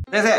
先生、 はい。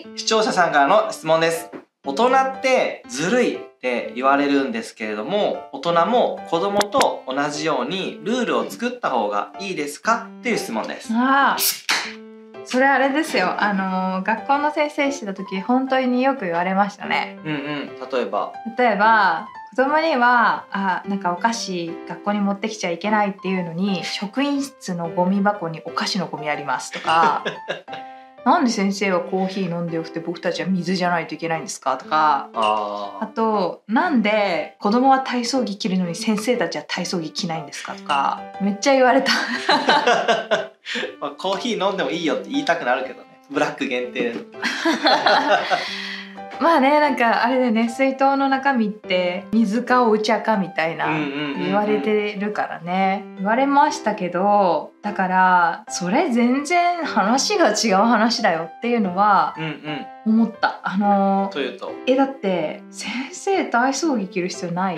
視聴者さんからの質問です。大人ってずるいって言われるんですけれども、大人も子供と同じようにルールを作った方がいいですかっていう質問です。 それあれですよ。学校の先生してた時本当によく言われましたね。 例えば子供にはなんかお菓子学校に持ってきちゃいけないっていうのに、職員室のゴミ箱にお菓子のゴミありますとかなんで先生はコーヒー飲んでよくて僕たちは水じゃないといけないんですかとか、あとなんで子供は体操着着るのに先生たちは体操着着ないんですかとか、めっちゃ言われたコーヒー飲んでもいいよって言いたくなるけどね、ブラック限定まあね、なんかあれでね、水筒の中身って水かお茶かみたいな言われてるからね、言われましたけど、だからそれ全然話が違う話だよっていうのは思った。 というとだって先生体操着着る必要ない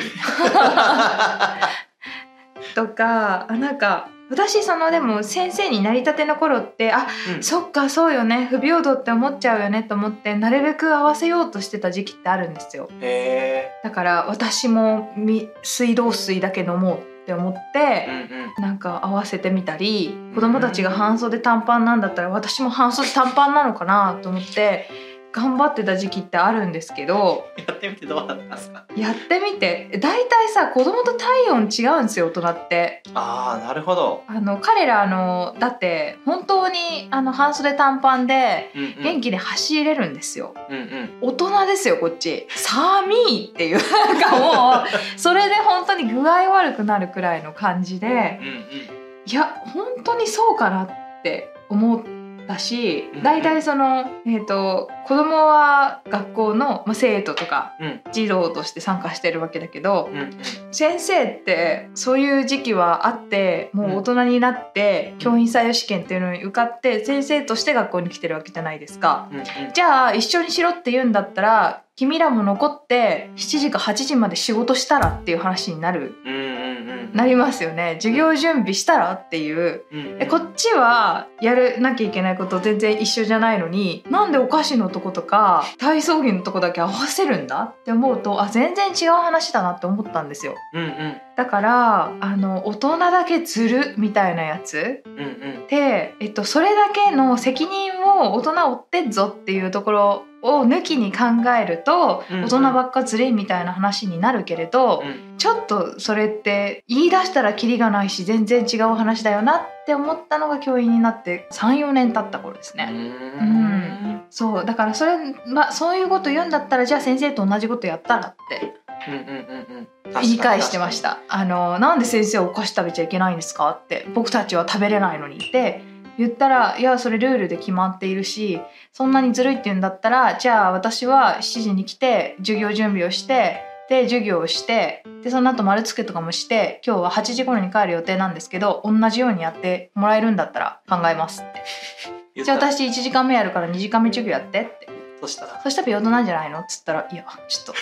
とか、なんか私でも先生になりたての頃ってそっかそうよね、不平等って思っちゃうよねと思ってなるべく合わせようとしてた時期ってあるんですよ。だから私も水道水だけ飲もうって思って、なんか合わせてみたり、子供たちが半袖短パンなんだったら私も半袖短パンなのかなと思って頑張ってた時期ってあるんですけど、 やってみてどうだったんですか？ やってみてだいたいさ、子供と体温違うんですよ、大人って。 なるほど。 彼らだって本当に半袖短パンで元気で走れるんですよ。大人ですよこっち。寒いっていうなんかもうそれで本当に具合悪くなるくらいの感じで、いや本当にそうかなって思ったし、だいたい子供は学校の生徒とか児童として参加してるわけだけど、先生ってそういう時期はあって、もう大人になって教員採用試験っていうのに受かって先生として学校に来てるわけじゃないですか。じゃあ一緒にしろって言うんだったら君らも残って7時か8時まで仕事したらっていう話になりますよね。授業準備したらっていう、こっちはやらなきゃいけないこと全然一緒じゃないのに、なんでお菓子のとことか体操着のとこだけ合わせるんだって思うと、全然違う話だなって思ったんですよ。だから大人だけずるみたいなやつで、それだけの責任を大人負ってんぞっていうところを抜きに考えると、大人ばっかずれみたいな話になるけれど、ちょっとそれって言い出したらキリがないし全然違う話だよなって思ったのが教員になって3、4年経った頃ですね。そうだからそういうこと言うんだったら、じゃあ先生と同じことやったらって言い返してました。なんで先生お菓子食べちゃいけないんですかって、僕たちは食べれないのにって言ったら、いやそれルールで決まっているし、そんなにずるいって言うんだったら、じゃあ私は7時に来て授業準備をして、で授業をして、でその後丸付けとかもして、今日は8時頃に帰る予定なんですけど、同じようにやってもらえるんだったら考えますってじゃあ私1時間目やるから2時間目授業やってって。そしたら平等なんじゃないのっつったら、いやちょっと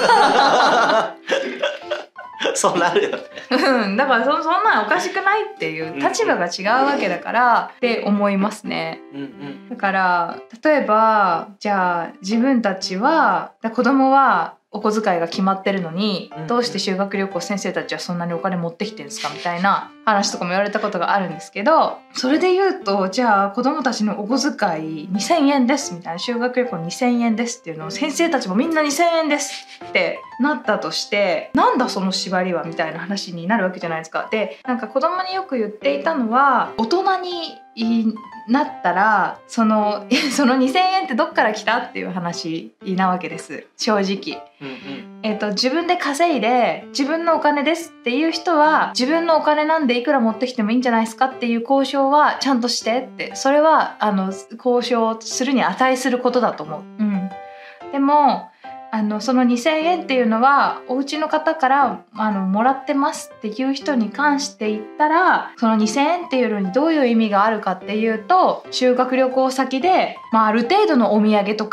そうなるよねだからそんなんおかしくないっていう立場が違うわけだからって思いますね。だから例えば、じゃあ自分たちは子供はお小遣いが決まってるのに、どうして修学旅行先生たちはそんなにお金持ってきてるんですかみたいな話とかも言われたことがあるんですけど、それで言うと、じゃあ子供たちのお小遣い2000円ですみたいな、修学旅行2000円ですっていうのを先生たちもみんな2000円ですってなったとして、なんだその縛りはみたいな話になるわけじゃないですか。でなんか子供によく言っていたのは、大人になったらその2000円ってどっから来たっていう話なわけです、正直。自分で稼いで自分のお金ですっていう人は、自分のお金なんでいくら持ってきてもいいんじゃないですかっていう交渉はちゃんとしてって、それは交渉するに値することだと思う。でもその2000円っていうのはお家の方からもらってますっていう人に関して言ったら、その2000円っていうのにどういう意味があるかっていうと、修学旅行先で、ある程度のお土産とか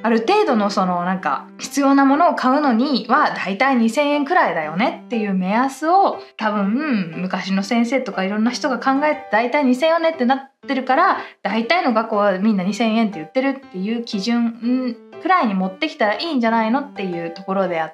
ある程度のそのなんか必要なものを買うのにはだいたい2000円くらいだよねっていう目安を多分昔の先生とかいろんな人が考えてだいたい2000円よねってなってるから、だいたいの学校はみんな2000円って言ってるっていう基準くらいに持ってきたらいいんじゃないのっていうところであって、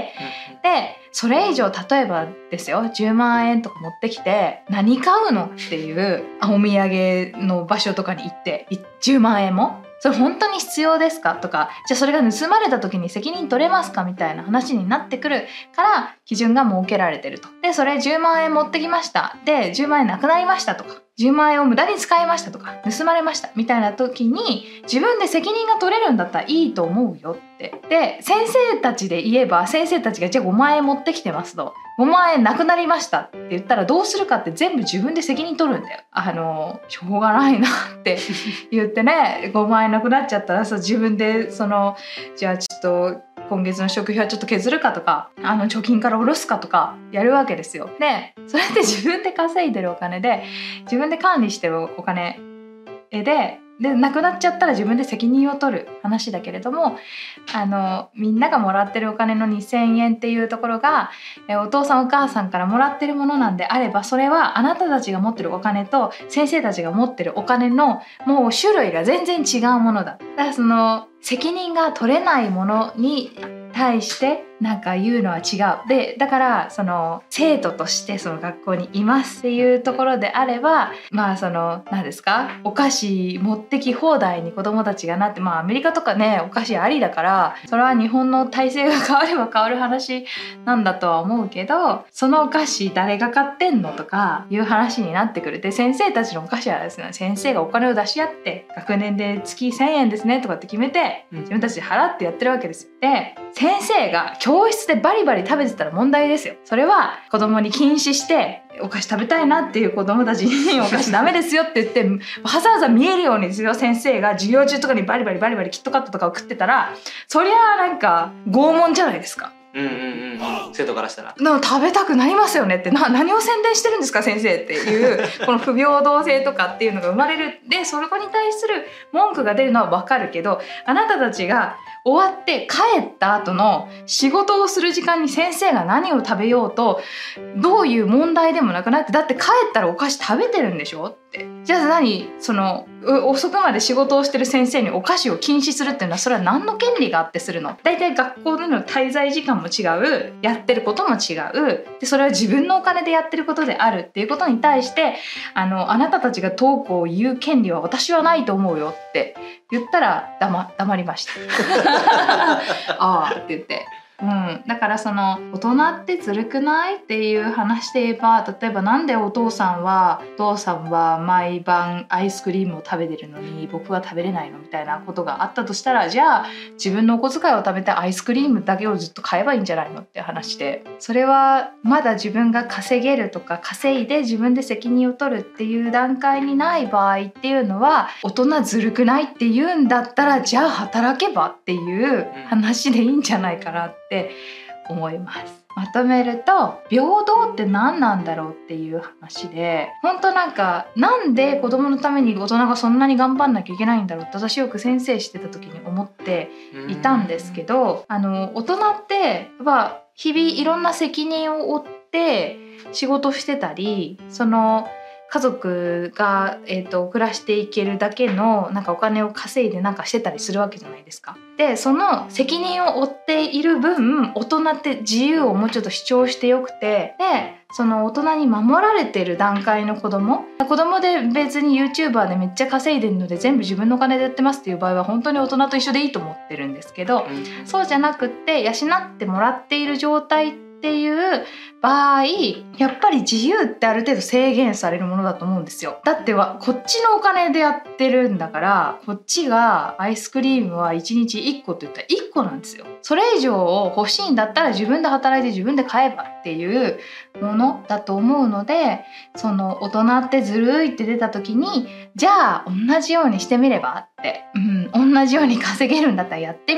でそれ以上例えばですよ10万円とか持ってきて何買うのっていうお土産の場所とかに行って10万円もそれ本当に必要ですかとか、じゃあそれが盗まれた時に責任取れますかみたいな話になってくるから基準が設けられてると。でそれ10万円持ってきました、で10万円なくなりましたとか、10万円を無駄に使いましたとか、盗まれましたみたいな時に自分で責任が取れるんだったらいいと思うよって。で先生たちで言えば、先生たちがじゃあ5万円持ってきてますと、5万円なくなりましたって言ったらどうするかって全部自分で責任取るんだよ。しょうがないなって言ってね、5万円なくなっちゃったらさ、自分でじゃあちょっと今月の食費はちょっと削るかとか、貯金から下ろすかとかやるわけですよ。でそれって自分で稼いでるお金で自分で管理してるお金でなくなっちゃったら自分で責任を取る話だけれども、みんながもらってるお金の2000円っていうところがお父さんお母さんからもらってるものなんであれば、それはあなたたちが持ってるお金と先生たちが持ってるお金のもう種類が全然違うものだ。だから責任が取れないものに対してなんか言うのは違う。でだから生徒としてその学校にいますっていうところであれば、何ですか、お菓子持ってき放題に子どもたちがなって、アメリカとかねお菓子ありだから、それは日本の体制が変われば変わる話なんだとは思うけど、そのお菓子誰が買ってんのとかいう話になってくる。で先生たちのお菓子はですね、先生がお金を出し合って学年で月1000円ですねとかって決めて自分たちで払ってやってるわけですよ。で先生が教室でバリバリ食べてたら問題ですよ。それは子供に禁止してお菓子食べたいなっていう子供たちにお菓子ダメですよって言ってわざわざ見えるようにですよ、先生が授業中とかにバリバリキットカットとかを食ってたら、そりゃなんか拷問じゃないですか。 生徒からしたら食べたくなりますよねって、何を宣伝してるんですか先生っていうこの不平等性とかっていうのが生まれる。でそこに対する文句が出るのは分かるけど、あなたたちが終わって帰った後の仕事をする時間に先生が何を食べようとどういう問題でもなくなって、だって帰ったらお菓子食べてるんでしょって。じゃあ遅くまで仕事をしてる先生にお菓子を禁止するっていうのは、それは何の権利があってするの？だいたい学校での滞在時間も違う、やってることも違うで、それは自分のお金でやってることであるっていうことに対してあなたたちがどうこう言う権利は私はないと思うよって言ったら黙りましたああって言って、だから大人ってずるくないっていう話で言えば、例えばなんでお父さんは毎晩アイスクリームを食べてるのに僕は食べれないのみたいなことがあったとしたら、じゃあ自分のお小遣いを食べてアイスクリームだけをずっと買えばいいんじゃないのって話で、それはまだ自分が稼げるとか稼いで自分で責任を取るっていう段階にない場合っていうのは、大人ずるくないって言うんだったらじゃあ働けばっていう話でいいんじゃないかなって思います。まとめると、平等って何なんだろうっていう話で、本当なんで子供のために大人がそんなに頑張んなきゃいけないんだろうって私よく先生してた時に思っていたんですけど、大人ってやっぱ日々いろんな責任を負って仕事してたり、家族が、暮らしていけるだけのお金を稼いでしてたりするわけじゃないですか。でその責任を負っている分、大人って自由をもうちょっと主張してよくて、で大人に守られてる段階の子供で別に YouTuber でめっちゃ稼いでるので全部自分のお金でやってますっていう場合は本当に大人と一緒でいいと思ってるんですけど、そうじゃなくって養ってもらっている状態っていう場合、やっぱり自由ってある程度制限されるものだと思うんですよ。だってこっちのお金でやってるんだから、こっちがアイスクリームは1日1個って言ったら1個なんですよ。それ以上欲しいんだったら自分で働いて自分で買えばっていうものだと思うので、大人ってずるいって出た時に、じゃあ同じようにしてみればって、同じように稼げるんだったらやってみればっ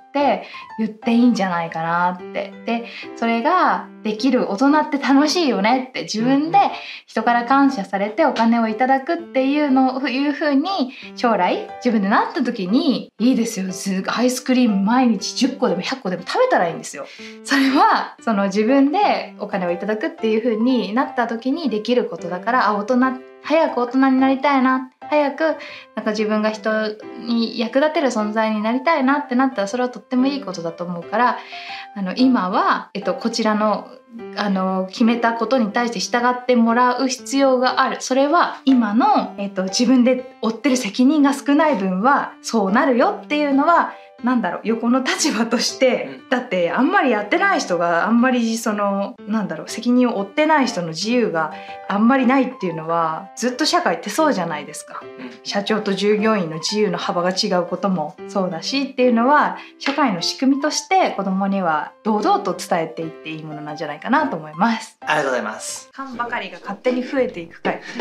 って言っていいんじゃないかなって。でそれができる大人って楽しいよねって、自分で人から感謝されてお金をいただくっていうのをいう風に将来自分でなった時にいいですよ、アイスクリーム毎日10個でも100個でも食べたらいいんですよ。それはその自分でお金をいただくっていう風になった時にできることだから、早く大人になりたいな、早くなんか自分が人に役立てる存在になりたいなってなったら、それはとってもいいことだと思うから、今は、こちらの決めたことに対して従ってもらう必要がある。それは今の、自分で負ってる責任が少ない分はそうなるよっていうのは、なんだろう、横の立場として、だってあんまりやってない人があんまり責任を負ってない人の自由があんまりないっていうのは、ずっと社会ってそうじゃないですか。社長と従業員の自由の幅が違うこともそうだしっていうのは、社会の仕組みとして子供には堂々と伝えていっていいものなんじゃないかなと思います。 ありがとうございます。 缶ばかりが勝手に増えていく回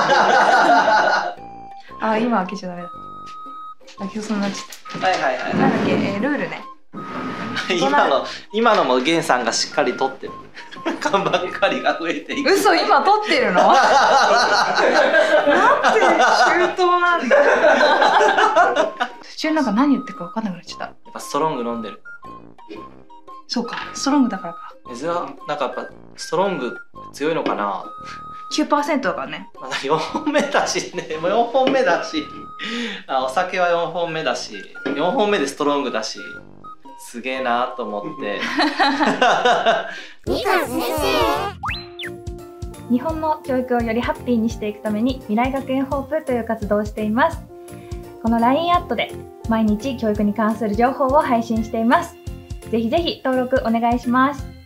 今開けちゃダメだ。開けそうになっちゃった。なんだっけ、ルールね。 今のもゲンさんがしっかり取ってる。缶ばっかりが増えていく。 嘘、今取ってるの？なんて周到なんだ。途中なんか何言ってるか分かんなくなっちゃった。 やっぱストロング飲んでる。 そうか、ストロングだからか。 なんかやっぱストロング強いのかな。 9% だからね。 まだ4本目だしね。もう4本目だし。お酒は4本目だし、4本目でストロングだし、すげえなと思って。 日本の教育をよりハッピーにしていくために、未来学園ホープという活動をしています。この LINE アットで毎日教育に関する情報を配信しています。ぜひぜひ登録お願いします。